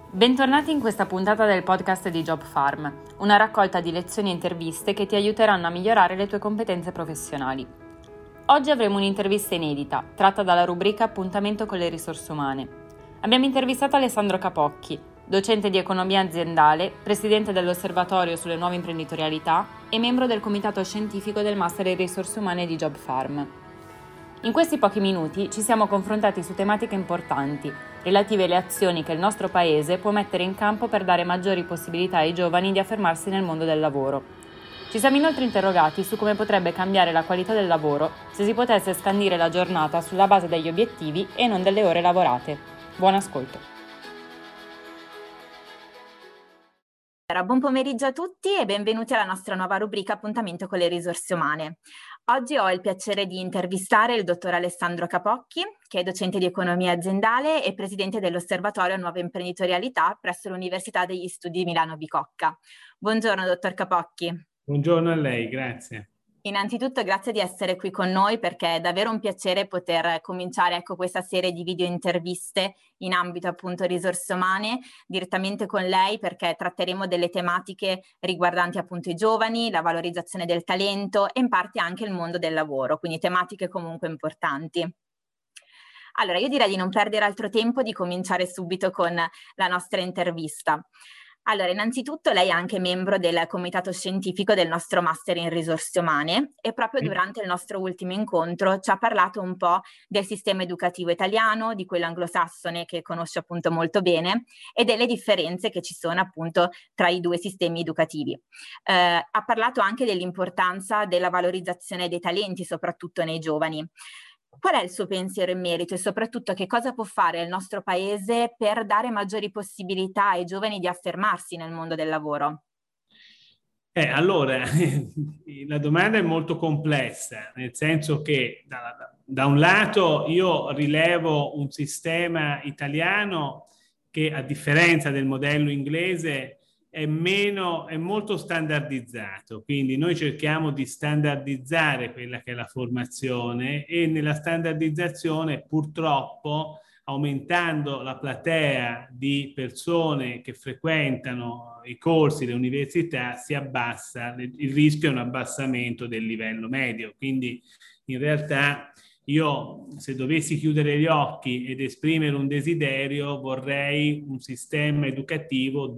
Bentornati in questa puntata del podcast di Job Farm, una raccolta di lezioni e interviste che ti aiuteranno a migliorare le tue competenze professionali. Oggi avremo un'intervista inedita, tratta dalla rubrica Appuntamento con le risorse umane. Abbiamo intervistato Alessandro Capocchi, docente di economia aziendale, presidente dell'Osservatorio sulle nuove imprenditorialità e membro del comitato scientifico del Master in risorse umane di Job Farm. In questi pochi minuti ci siamo confrontati su tematiche importanti, relative alle azioni che il nostro Paese può mettere in campo per dare maggiori possibilità ai giovani di affermarsi nel mondo del lavoro. Ci siamo inoltre interrogati su come potrebbe cambiare la qualità del lavoro se si potesse scandire la giornata sulla base degli obiettivi e non delle ore lavorate. Buon ascolto. Buon pomeriggio a tutti e benvenuti alla nostra nuova rubrica Appuntamento con le risorse umane. Oggi ho il piacere di intervistare il dottor Alessandro Capocchi, che è docente di economia aziendale e presidente dell'Osservatorio Nuova Imprenditorialità presso l'Università degli Studi di Milano Bicocca. Buongiorno, dottor Capocchi. Buongiorno a lei, grazie. Innanzitutto grazie di essere qui con noi perché è davvero un piacere poter cominciare questa serie di video interviste in ambito appunto risorse umane direttamente con lei, perché tratteremo delle tematiche riguardanti appunto i giovani, la valorizzazione del talento e in parte anche il mondo del lavoro, quindi tematiche comunque importanti. Allora, io direi di non perdere altro tempo, di cominciare subito con la nostra intervista. Allora, innanzitutto lei è anche membro del comitato scientifico del nostro Master in risorse umane e proprio durante il nostro ultimo incontro ci ha parlato un po' del sistema educativo italiano, di quello anglosassone che conosce appunto molto bene e delle differenze che ci sono appunto tra i due sistemi educativi. Ha parlato anche dell'importanza della valorizzazione dei talenti, soprattutto nei giovani. Qual è il suo pensiero in merito e soprattutto che cosa può fare il nostro Paese per dare maggiori possibilità ai giovani di affermarsi nel mondo del lavoro? Allora, la domanda è molto complessa, nel senso che da un lato io rilevo un sistema italiano che, a differenza del modello inglese, è molto standardizzato, quindi noi cerchiamo di standardizzare quella che è la formazione e nella standardizzazione purtroppo, aumentando la platea di persone che frequentano i corsi, le università, si abbassa, il rischio è un abbassamento del livello medio. Quindi in realtà io, se dovessi chiudere gli occhi ed esprimere un desiderio, vorrei un sistema educativo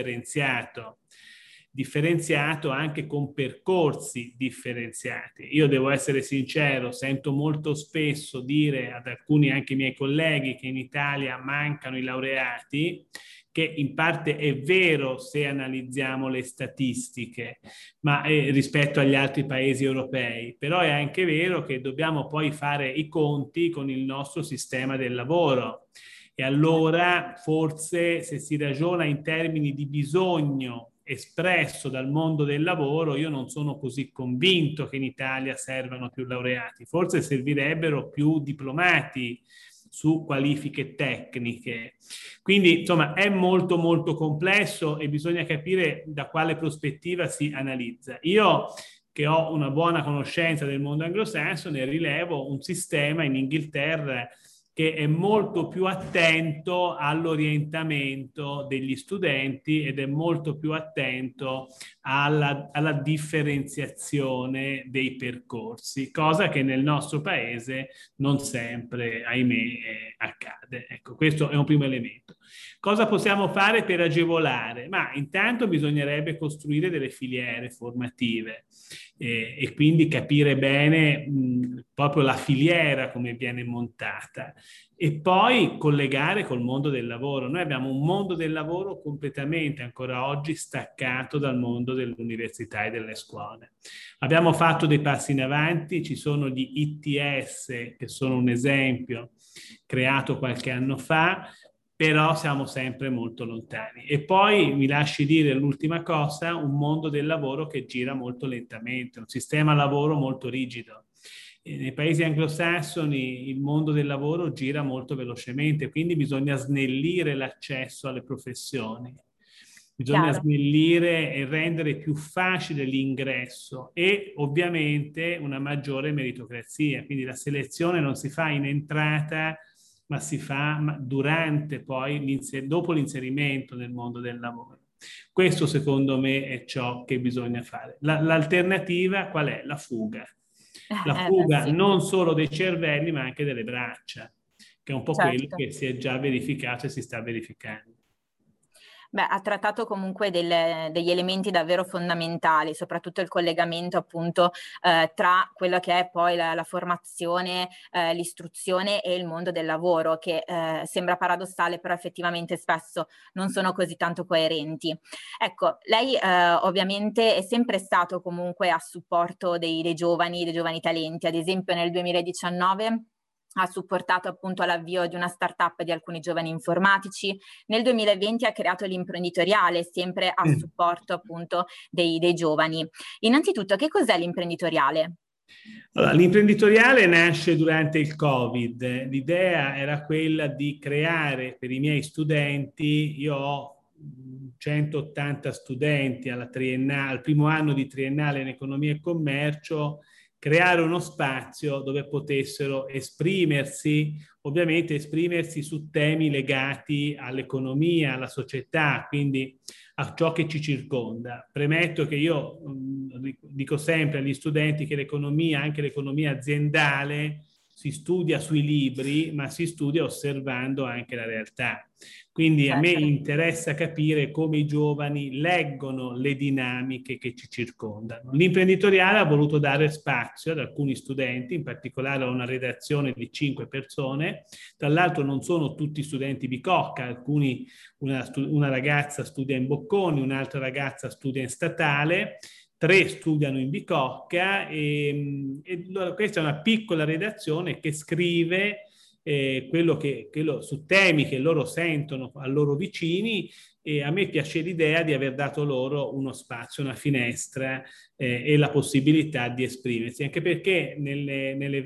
differenziato anche con percorsi differenziati. Io devo essere sincero, sento molto spesso dire ad alcuni anche miei colleghi che in Italia mancano i laureati, che in parte è vero se analizziamo le statistiche, ma rispetto agli altri paesi europei, però è anche vero che dobbiamo poi fare i conti con il nostro sistema del lavoro. E allora forse se si ragiona in termini di bisogno espresso dal mondo del lavoro, io non sono così convinto che in Italia servano più laureati, forse servirebbero più diplomati su qualifiche tecniche. Quindi insomma è molto molto complesso e bisogna capire da quale prospettiva si analizza. Io, che ho una buona conoscenza del mondo anglosassone, rilevo un sistema in Inghilterra che è molto più attento all'orientamento degli studenti ed è molto più attento alla differenziazione dei percorsi, cosa che nel nostro paese non sempre, ahimè, accade. Ecco, questo è un primo elemento. Cosa possiamo fare per agevolare? Ma intanto bisognerebbe costruire delle filiere formative e quindi capire bene proprio la filiera come viene montata e poi collegare col mondo del lavoro. Noi abbiamo un mondo del lavoro completamente ancora oggi staccato dal mondo dell'università e delle scuole. Abbiamo fatto dei passi in avanti, ci sono gli ITS che sono un esempio creato qualche anno fa, però siamo sempre molto lontani. E poi mi lasci dire l'ultima cosa, un mondo del lavoro che gira molto lentamente, un sistema lavoro molto rigido. Nei paesi anglosassoni il mondo del lavoro gira molto velocemente, quindi bisogna snellire l'accesso alle professioni. Bisogna snellire e rendere più facile l'ingresso e ovviamente una maggiore meritocrazia. Quindi la selezione non si fa in entrata ma si fa durante poi, dopo l'inserimento nel mondo del lavoro. Questo secondo me è ciò che bisogna fare. L'alternativa qual è? La fuga. La Beh, fuga sì, non solo dei cervelli ma anche delle braccia, che è un po' quello certo. che si è già verificato e si sta verificando. Beh, ha trattato comunque degli elementi davvero fondamentali, soprattutto il collegamento appunto tra quella che è poi la formazione, l'istruzione e il mondo del lavoro, che sembra paradossale, però effettivamente spesso non sono così tanto coerenti. Ecco, lei ovviamente è sempre stato comunque a supporto dei giovani talenti, ad esempio nel 2019 ha supportato appunto l'avvio di una startup di alcuni giovani informatici. Nel 2020 ha creato l'imprenditoriale, sempre a supporto appunto dei giovani. Innanzitutto, che cos'è l'imprenditoriale? Allora, l'imprenditoriale nasce durante il Covid. L'idea era quella di creare per i miei studenti, io ho 180 studenti al primo anno di triennale in economia e commercio, creare uno spazio dove potessero esprimersi, ovviamente esprimersi su temi legati all'economia, alla società, quindi a ciò che ci circonda. Premetto che io dico sempre agli studenti che l'economia, anche l'economia aziendale, si studia sui libri, ma si studia osservando anche la realtà. Quindi a me Certo. interessa capire come i giovani leggono le dinamiche che ci circondano. L'imprenditoriale ha voluto dare spazio ad alcuni studenti, in particolare a una redazione di 5 persone. Tra l'altro non sono tutti studenti bicocca, una ragazza studia in Bocconi, un'altra ragazza studia in statale, 3 studiano in Bicocca e questa è una piccola redazione che scrive quello su temi che loro sentono a loro vicini, e a me piace l'idea di aver dato loro uno spazio, una finestra e la possibilità di esprimersi, anche perché nei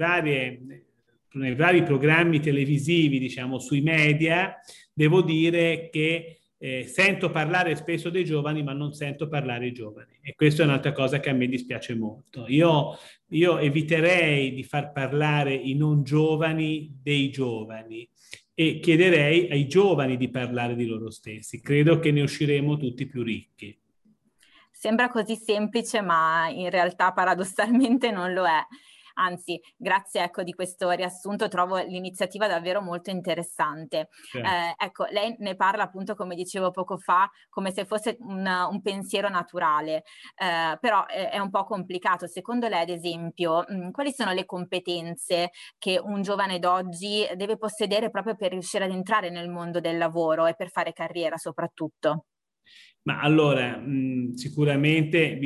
vari programmi televisivi, diciamo, sui media, devo dire che sento parlare spesso dei giovani, ma non sento parlare i giovani. E questa è un'altra cosa che a me dispiace molto. Io eviterei di far parlare i non giovani dei giovani e chiederei ai giovani di parlare di loro stessi. Credo che ne usciremo tutti più ricchi. Sembra così semplice, ma in realtà paradossalmente non lo è. Anzi, grazie ecco, di questo riassunto, trovo l'iniziativa davvero molto interessante. Ecco, lei ne parla appunto, come dicevo poco fa, come se fosse un pensiero naturale, però è un po' complicato. Secondo lei, ad esempio, quali sono le competenze che un giovane d'oggi deve possedere proprio per riuscire ad entrare nel mondo del lavoro e per fare carriera soprattutto? Ma allora, sicuramente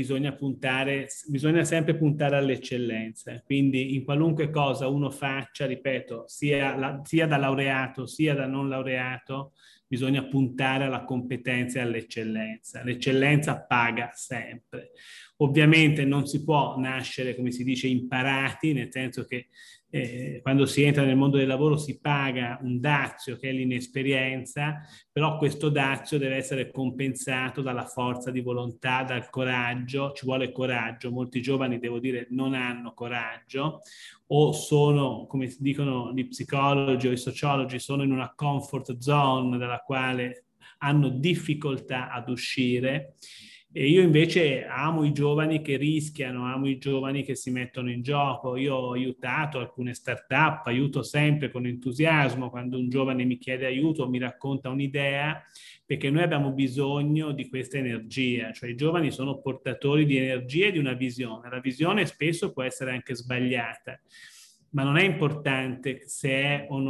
bisogna sempre puntare all'eccellenza, quindi in qualunque cosa uno faccia, ripeto, sia da laureato sia da non laureato, bisogna puntare alla competenza e all'eccellenza. L'eccellenza paga sempre. Ovviamente non si può nascere, come si dice, imparati, nel senso che quando si entra nel mondo del lavoro si paga un dazio che è l'inesperienza, però questo dazio deve essere compensato dalla forza di volontà, dal coraggio. Ci vuole coraggio. Molti giovani, devo dire, non hanno coraggio o sono, come dicono gli psicologi o i sociologi, sono in una comfort zone dalla quale hanno difficoltà ad uscire. E io invece amo i giovani che rischiano, amo i giovani che si mettono in gioco. Io ho aiutato alcune start-up, aiuto sempre con entusiasmo quando un giovane mi chiede aiuto, mi racconta un'idea, perché noi abbiamo bisogno di questa energia, cioè i giovani sono portatori di energia e di una visione. La visione spesso può essere anche sbagliata, ma non è importante se è o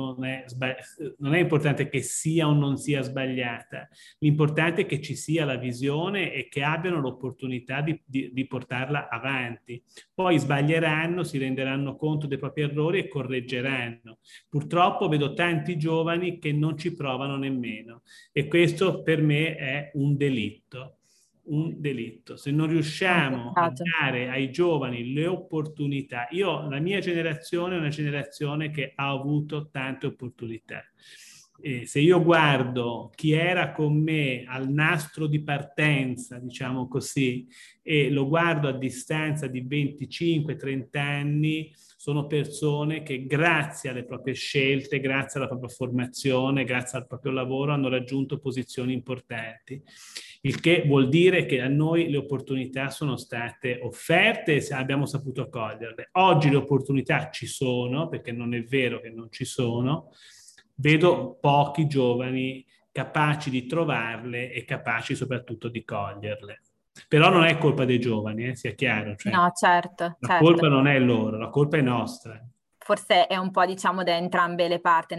non è importante che sia o non sia sbagliata. L'importante è che ci sia la visione e che abbiano l'opportunità di portarla avanti. Poi sbaglieranno, si renderanno conto dei propri errori e correggeranno. Purtroppo vedo tanti giovani che non ci provano nemmeno, e questo per me è un delitto. Un delitto. Se non riusciamo a dare ai giovani le opportunità, la mia generazione è una generazione che ha avuto tante opportunità. Se io guardo chi era con me al nastro di partenza, diciamo così, e lo guardo a distanza di 25-30 anni, sono persone che grazie alle proprie scelte, grazie alla propria formazione, grazie al proprio lavoro hanno raggiunto posizioni importanti. Il che vuol dire che a noi le opportunità sono state offerte e abbiamo saputo coglierle. Oggi le opportunità ci sono, perché non è vero che non ci sono. Vedo pochi giovani capaci di trovarle e capaci soprattutto di coglierle. Però non è colpa dei giovani, sia chiaro. Cioè, No, certo, la certo. colpa non è loro, la colpa è nostra. Forse è un po', diciamo, da entrambe le parti,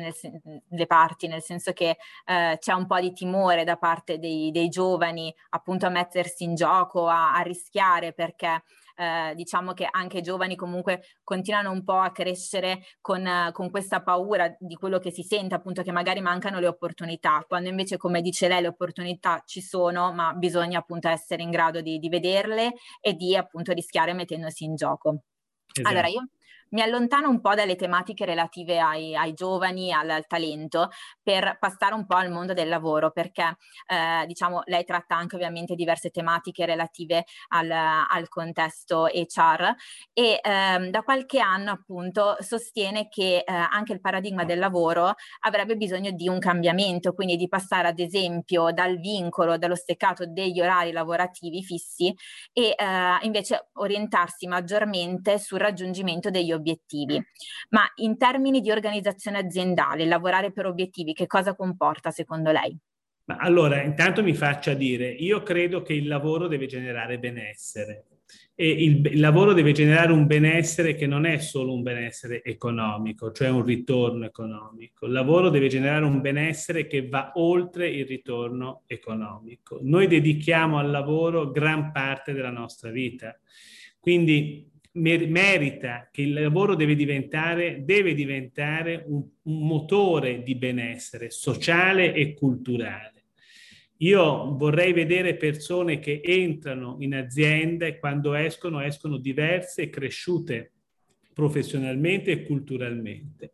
nel senso che c'è un po' di timore da parte dei giovani appunto a mettersi in gioco, a rischiare, perché diciamo che anche i giovani comunque continuano un po' a crescere con questa paura di quello che si sente, appunto, che magari mancano le opportunità, quando invece, come dice lei, le opportunità ci sono, ma bisogna appunto essere in grado di vederle e di appunto rischiare mettendosi in gioco. Esatto. Allora, io mi allontano un po' dalle tematiche relative ai giovani, al talento, per passare un po' al mondo del lavoro, perché diciamo lei tratta anche ovviamente diverse tematiche relative al contesto HR e da qualche anno appunto sostiene che anche il paradigma del lavoro avrebbe bisogno di un cambiamento, quindi di passare ad esempio dal vincolo, dallo steccato degli orari lavorativi fissi e invece orientarsi maggiormente sul raggiungimento degli obiettivi. Ma in termini di organizzazione aziendale, lavorare per obiettivi, che cosa comporta secondo lei? Ma allora, intanto mi faccia dire, io credo che il lavoro deve generare benessere e il lavoro deve generare un benessere che non è solo un benessere economico, cioè un ritorno economico. Il lavoro deve generare un benessere che va oltre il ritorno economico. Noi dedichiamo al lavoro gran parte della nostra vita, quindi merita che il lavoro deve diventare un motore di benessere sociale e culturale. Io vorrei vedere persone che entrano in azienda e quando escono diverse e cresciute professionalmente e culturalmente.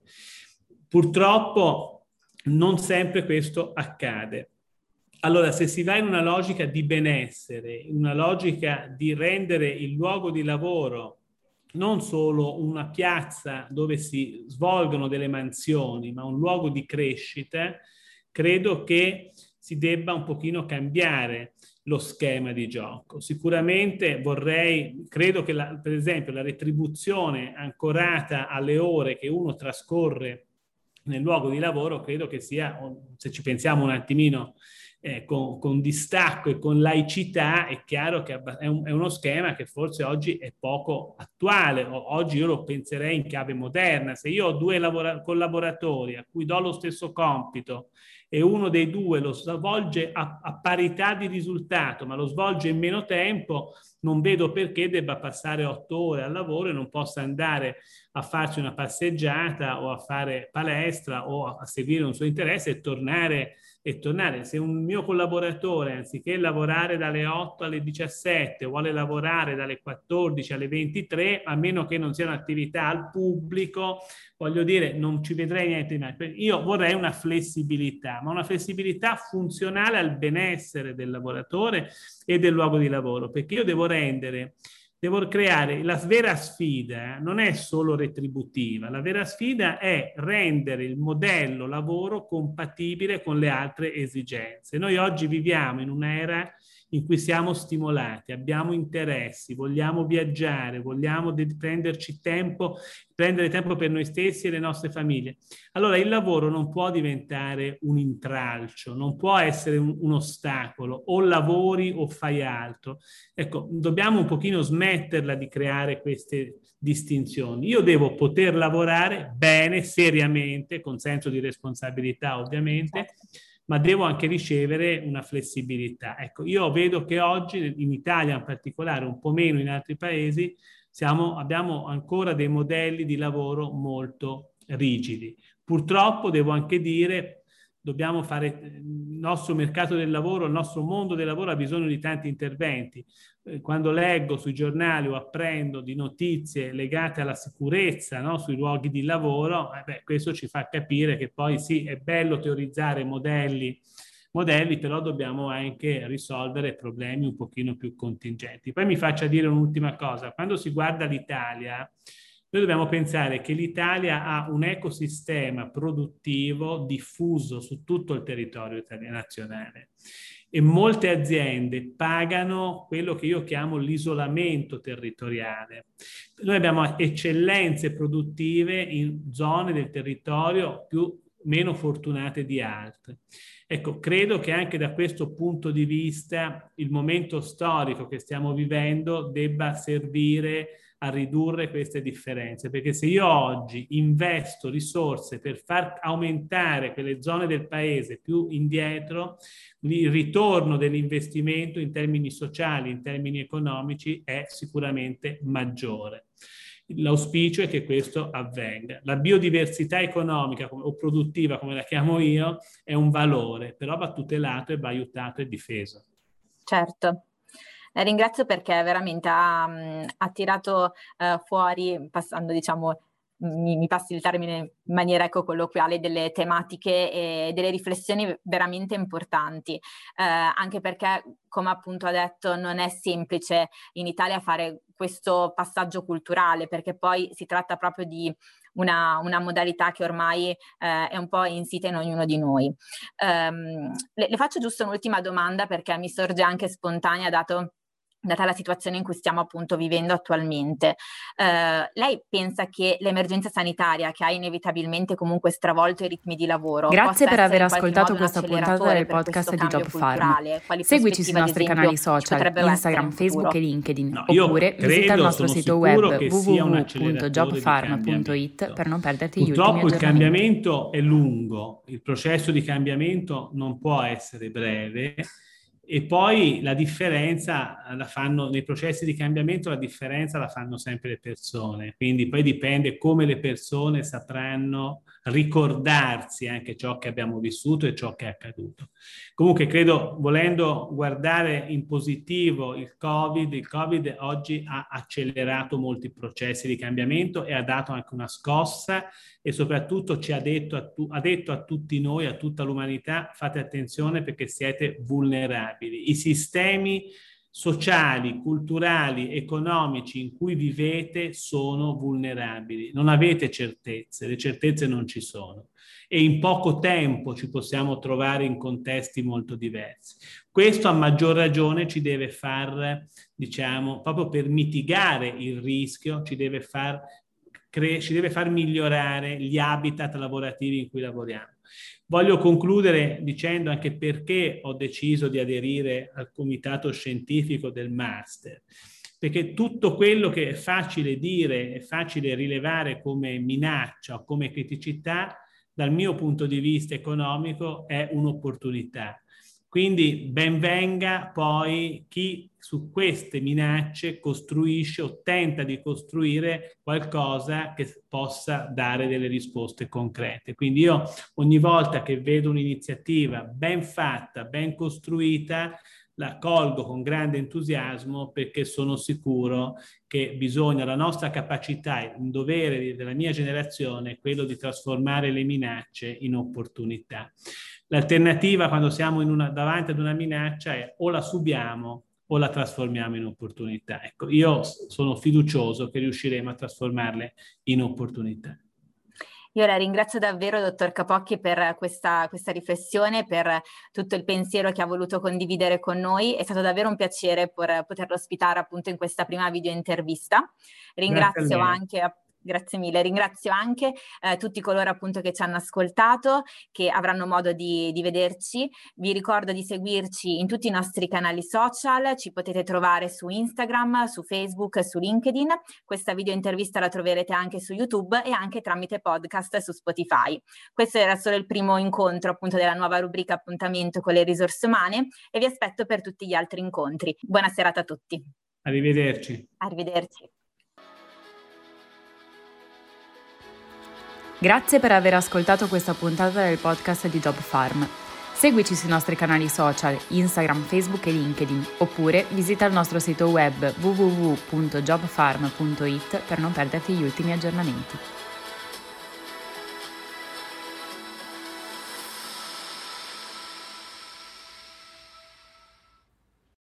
Purtroppo non sempre questo accade. Allora, se si va in una logica di benessere, in una logica di rendere il luogo di lavoro non solo una piazza dove si svolgono delle mansioni, ma un luogo di crescita, credo che si debba un pochino cambiare lo schema di gioco. Sicuramente credo che per esempio la retribuzione ancorata alle ore che uno trascorre nel luogo di lavoro, credo che sia, se ci pensiamo un attimino, con distacco e con laicità, è chiaro che è uno schema che forse oggi è poco attuale. Oggi io lo penserei in chiave moderna. Se io ho due collaboratori a cui do lo stesso compito e uno dei due lo svolge a parità di risultato, ma lo svolge in meno tempo, non vedo perché debba passare 8 ore al lavoro e non possa andare a farsi una passeggiata o a fare palestra o a seguire un suo interesse e tornare. Se un mio collaboratore, anziché lavorare dalle 8 alle 17, vuole lavorare dalle 14 alle 23, a meno che non sia un'attività al pubblico, voglio dire, non ci vedrei niente di male. Io vorrei una flessibilità, ma una flessibilità funzionale al benessere del lavoratore e del luogo di lavoro, perché io devo creare la vera sfida, non è solo retributiva, la vera sfida è rendere il modello lavoro compatibile con le altre esigenze. Noi oggi viviamo in un'era in cui siamo stimolati, abbiamo interessi, vogliamo viaggiare, vogliamo prendere tempo per noi stessi e le nostre famiglie. Allora il lavoro non può diventare un intralcio, non può essere un ostacolo, o lavori o fai altro. Ecco, dobbiamo un pochino smetterla di creare queste distinzioni. Io devo poter lavorare bene, seriamente, con senso di responsabilità ovviamente, ma devo anche ricevere una flessibilità. Ecco, io vedo che oggi, in Italia in particolare, un po' meno in altri paesi, abbiamo ancora dei modelli di lavoro molto rigidi. Purtroppo devo anche dire, dobbiamo fare il nostro mercato del lavoro, il nostro mondo del lavoro ha bisogno di tanti interventi. Quando leggo sui giornali o apprendo di notizie legate alla sicurezza, no, sui luoghi di lavoro, questo ci fa capire che poi sì, è bello teorizzare modelli, però dobbiamo anche risolvere problemi un pochino più contingenti. Poi mi faccia dire un'ultima cosa, quando si guarda l'Italia, Noi dobbiamo pensare che l'Italia ha un ecosistema produttivo diffuso su tutto il territorio nazionale e molte aziende pagano quello che io chiamo l'isolamento territoriale. Noi abbiamo eccellenze produttive in zone del territorio meno fortunate di altre. Ecco, credo che anche da questo punto di vista il momento storico che stiamo vivendo debba servire a ridurre queste differenze, perché se io oggi investo risorse per far aumentare quelle zone del paese più indietro, il ritorno dell'investimento in termini sociali, in termini economici è sicuramente maggiore. L'auspicio è che questo avvenga. La biodiversità economica o produttiva, come la chiamo io, è un valore, però va tutelato e va aiutato e difeso. Certo. La ringrazio perché veramente ha tirato fuori, passando, diciamo, mi passi il termine in maniera colloquiale, delle tematiche e delle riflessioni veramente importanti, anche perché, come appunto ha detto, non è semplice in Italia fare questo passaggio culturale, perché poi si tratta proprio di una modalità che ormai è un po' insita in ognuno di noi. Le faccio giusto un'ultima domanda perché mi sorge anche spontanea data la situazione in cui stiamo appunto vivendo attualmente. Lei pensa che l'emergenza sanitaria, che ha inevitabilmente comunque stravolto i ritmi di lavoro, grazie per aver ascoltato questa puntata del podcast di Job Farm. Seguici sui nostri canali social, Instagram, Facebook e LinkedIn, oppure visita il nostro sito web www.jobfarm.it per non perderti gli ultimi aggiornamenti. Purtroppo il cambiamento è lungo, il processo di cambiamento non può essere breve. E poi la differenza la fanno nei processi di cambiamento, la differenza la fanno sempre le persone, quindi poi dipende come le persone sapranno ricordarsi anche ciò che abbiamo vissuto e ciò che è accaduto. Comunque credo, volendo guardare in positivo il Covid oggi ha accelerato molti processi di cambiamento e ha dato anche una scossa e soprattutto ci ha detto a tutti noi, a tutta l'umanità, fate attenzione perché siete vulnerabili. I sistemi sociali, culturali, economici in cui vivete sono vulnerabili. Non avete certezze, le certezze non ci sono e in poco tempo ci possiamo trovare in contesti molto diversi. Questo a maggior ragione ci deve far, diciamo, proprio per mitigare il rischio, ci deve far migliorare gli habitat lavorativi in cui lavoriamo. Voglio concludere dicendo anche perché ho deciso di aderire al comitato scientifico del master, perché tutto quello che è facile dire, è facile rilevare come minaccia o come criticità, dal mio punto di vista economico è un'opportunità. Quindi ben venga poi chi su queste minacce costruisce o tenta di costruire qualcosa che possa dare delle risposte concrete. Quindi io ogni volta che vedo un'iniziativa ben fatta, ben costruita, la colgo con grande entusiasmo perché sono sicuro che la nostra capacità, il dovere della mia generazione è quello di trasformare le minacce in opportunità. L'alternativa quando siamo davanti ad una minaccia è o la subiamo o la trasformiamo in opportunità. Ecco, io sono fiducioso che riusciremo a trasformarle in opportunità. Io la ringrazio davvero, dottor Capocchi, per questa riflessione, per tutto il pensiero che ha voluto condividere con noi. È stato davvero un piacere poterlo ospitare appunto in questa prima video intervista. Ringrazio anche... Grazie mille, ringrazio anche tutti coloro appunto che ci hanno ascoltato, che avranno modo di vederci. Vi ricordo di seguirci in tutti i nostri canali social, ci potete trovare su Instagram, su Facebook, su LinkedIn. Questa video intervista la troverete anche su YouTube e anche tramite podcast su Spotify. Questo era solo il primo incontro appunto della nuova rubrica Appuntamento con le risorse umane e vi aspetto per tutti gli altri incontri. Buona serata a tutti. Arrivederci. Arrivederci. Grazie per aver ascoltato questa puntata del podcast di Job Farm. Seguici sui nostri canali social, Instagram, Facebook e LinkedIn, oppure visita il nostro sito web www.jobfarm.it per non perderti gli ultimi aggiornamenti.